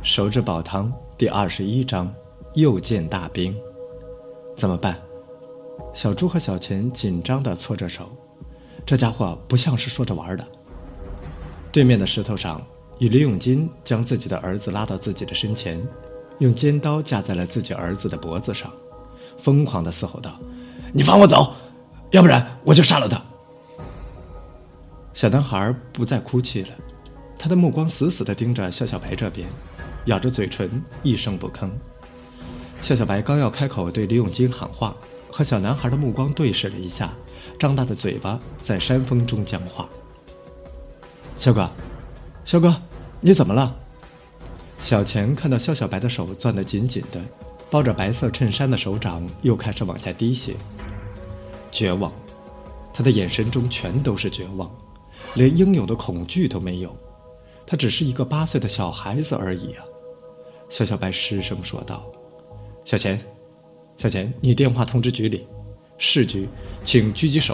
手指煲汤第21章，又见大兵。怎么办？小猪和小钱紧张地搓着手，这家伙不像是说着玩的。对面的石头上，李永金将自己的儿子拉到自己的身前，用尖刀架在了自己儿子的脖子上，疯狂地嘶吼道：“你放我走，要不然我就杀了他！”小男孩不再哭泣了，他的目光死死地盯着笑笑白这边，咬着嘴唇，一声不吭。笑笑白刚要开口对李永金喊话，和小男孩的目光对视了一下，张大的嘴巴在山风中僵化。小哥，小哥，你怎么了？小钱看到笑笑白的手攥得紧紧的，包着白色衬衫的手掌又开始往下滴血。绝望，他的眼神中全都是绝望，连应有的恐惧都没有。他只是一个8岁的小孩子而已啊！笑笑白失声说道：“小钱，小钱，你电话通知局里，市局，请狙击手。”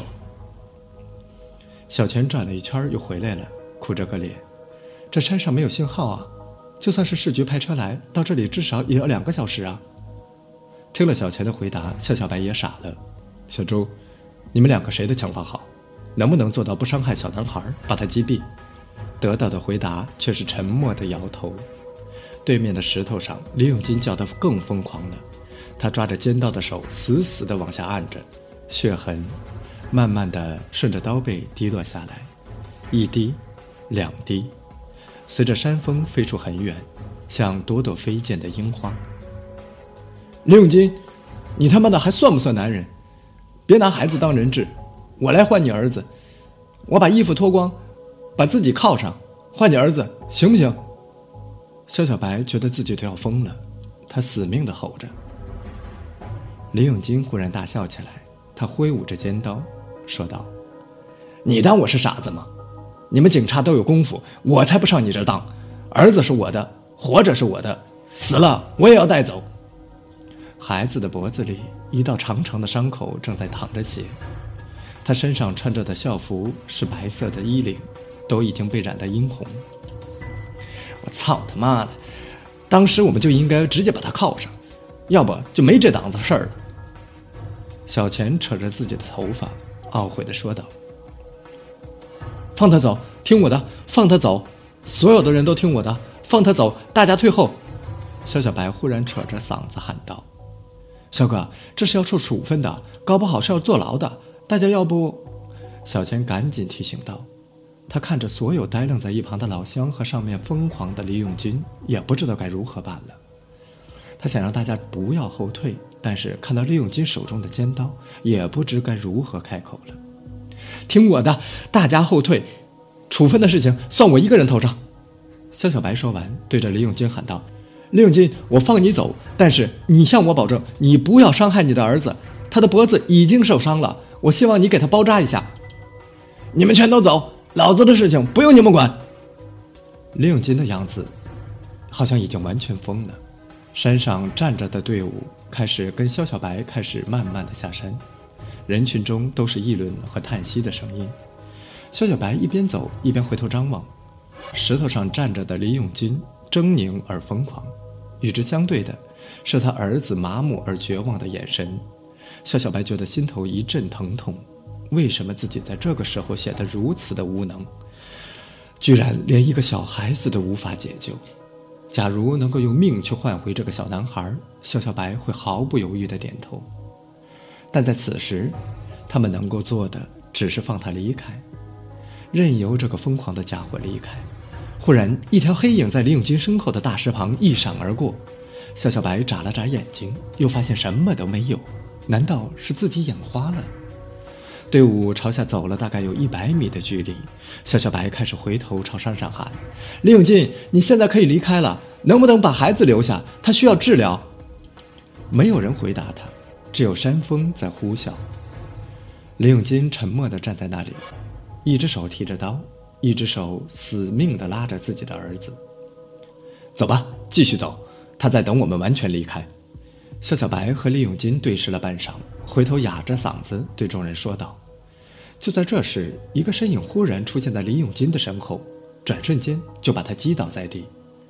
小钱转了一圈又回来了，苦着个脸：“这山上没有信号啊，就算是市局派车来，到这里至少也要2个小时啊。”听了小钱的回答，笑笑白也傻了：“小周，你们2个谁的枪法好？能不能做到不伤害小男孩，把他击毙？”得到的回答却是沉默的摇头。对面的石头上，李永金叫得更疯狂了，他抓着尖刀的手死死地往下按着，血痕慢慢地顺着刀背滴落下来，1滴2滴，随着山风飞出很远，像朵朵飞溅的樱花。李永金，你他妈的还算不算男人？别拿孩子当人质，我来换你儿子，我把衣服脱光，把自己铐上，换你儿子，行不行？笑笑白觉得自己都要疯了，他死命地吼着。李永金忽然大笑起来，他挥舞着尖刀说道：“你当我是傻子吗？你们警察都有功夫，我才不上你这当。儿子是我的，活着是我的，死了我也要带走。”孩子的脖子里一道长长的伤口正在淌着血，他身上穿着的校服是白色的衣领，都已经被染得殷红。我操他妈的，当时我们就应该直接把他铐上，要不就没这档子事儿了。小钱扯着自己的头发懊悔地说道：“放他走，听我的，放他走，所有的人都听我的，放他走，大家退后。”笑笑白忽然扯着嗓子喊道：“小哥，这是要受处分的，搞不好是要坐牢的，大家要不……”小钱赶紧提醒道。他看着所有呆愣在一旁的老乡和上面疯狂的李永军，也不知道该如何办了。他想让大家不要后退，但是看到李永军手中的尖刀，也不知该如何开口了。“听我的，大家后退，处分的事情算我一个人头上。”笑笑白说完，对着李永军喊道：“李永军，我放你走，但是你向我保证，你不要伤害你的儿子，他的脖子已经受伤了，我希望你给他包扎一下。”“你们全都走，老子的事情不用你们管。”李永金的样子好像已经完全疯了。山上站着的队伍开始跟笑笑白开始慢慢的下山，人群中都是议论和叹息的声音。笑笑白一边走一边回头张望，石头上站着的李永金狰狞而疯狂，与之相对的是他儿子麻木而绝望的眼神。笑笑白觉得心头一阵疼痛，为什么自己在这个时候显得如此的无能，居然连一个小孩子都无法解救。假如能够用命去换回这个小男孩，笑笑白会毫不犹豫地点头。但在此时，他们能够做的只是放他离开，任由这个疯狂的家伙离开。忽然，一条黑影在李永金身后的大石旁一闪而过，笑笑白眨了眨眼睛，又发现什么都没有，难道是自己眼花了？队伍朝下走了大概有100米的距离，笑笑白开始回头朝山上喊：“李永金，你现在可以离开了，能不能把孩子留下？他需要治疗。”没有人回答他，只有山风在呼啸。李永金沉默地站在那里，一只手提着刀，一只手死命地拉着自己的儿子。“走吧，继续走，他在等我们完全离开。”笑笑白和李永金对视了半晌，回头哑着嗓子对众人说道。就在这时，一个身影忽然出现在李永金的身后，转瞬间就把他击倒在地。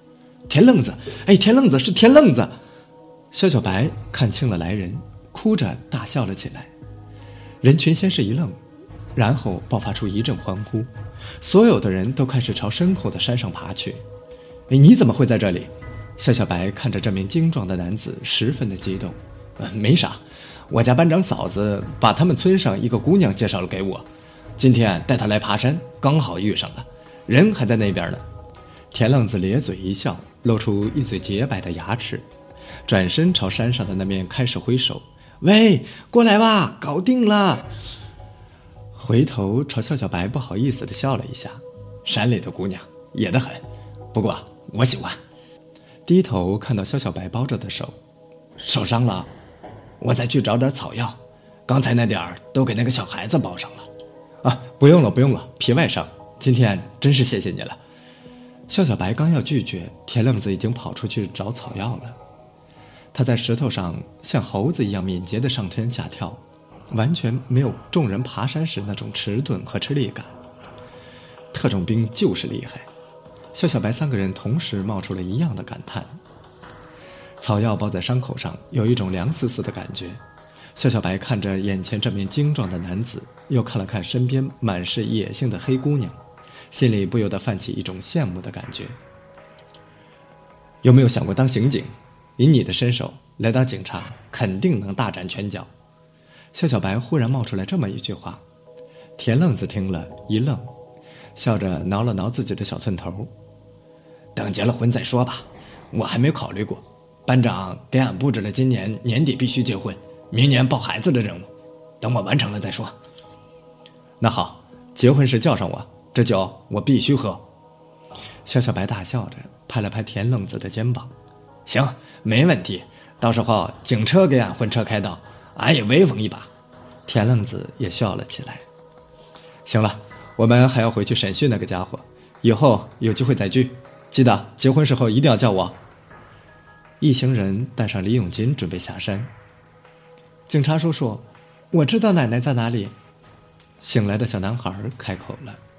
田愣子，哎，田愣子是田愣子！肖小白看清了来人，哭着大笑了起来。人群先是一愣，然后爆发出一阵欢呼，所有的人都开始朝身后的山上爬去。哎，你怎么会在这里？肖小白看着这名精壮的男子，十分的激动。没啥，我家班长嫂子把他们村上一个姑娘介绍了给我，今天带她来爬山，刚好遇上了，人还在那边呢。田愣子咧嘴一笑，露出一嘴洁白的牙齿，转身朝山上的那边开始挥手：“喂，过来吧，搞定了！”回头朝肖小白不好意思地笑了一下：“山里的姑娘野得很，不过我喜欢。”低头看到肖小白包着的手：“受伤了？我再去找点草药，刚才那点儿都给那个小孩子包上了。”“啊，不用了，不用了，皮外伤，今天真是谢谢你了。”肖小白刚要拒绝，田愣子已经跑出去找草药了。他在石头上像猴子一样敏捷地上蹿下跳，完全没有众人爬山时那种迟钝和吃力感。特种兵就是厉害。肖小白三个人同时冒出了一样的感叹。草药包在伤口上，有一种凉丝丝的感觉。肖小白看着眼前这名精壮的男子，又看了看身边满是野性的黑姑娘，心里不由得泛起一种羡慕的感觉。有没有想过当刑警？以你的身手来当警察，肯定能大展拳脚。肖小白忽然冒出来这么一句话。田愣子听了一愣，笑着挠了挠自己的小寸头：“等结了婚再说吧，我还没考虑过。班长给俺布置了今年年底必须结婚，明年抱孩子的任务，等我完成了再说。”“那好，结婚时叫上我，这酒我必须喝。”肖小白大笑着拍了拍田愣子的肩膀：“行，没问题，到时候警车给俺婚车开道，俺也威风一把。”田愣子也笑了起来：“行了，我们还要回去审讯那个家伙，以后有机会再聚，记得结婚时候一定要叫我。”一行人带上李永金准备下山。“警察叔叔，我知道奶奶在哪里。”醒来的小男孩开口了。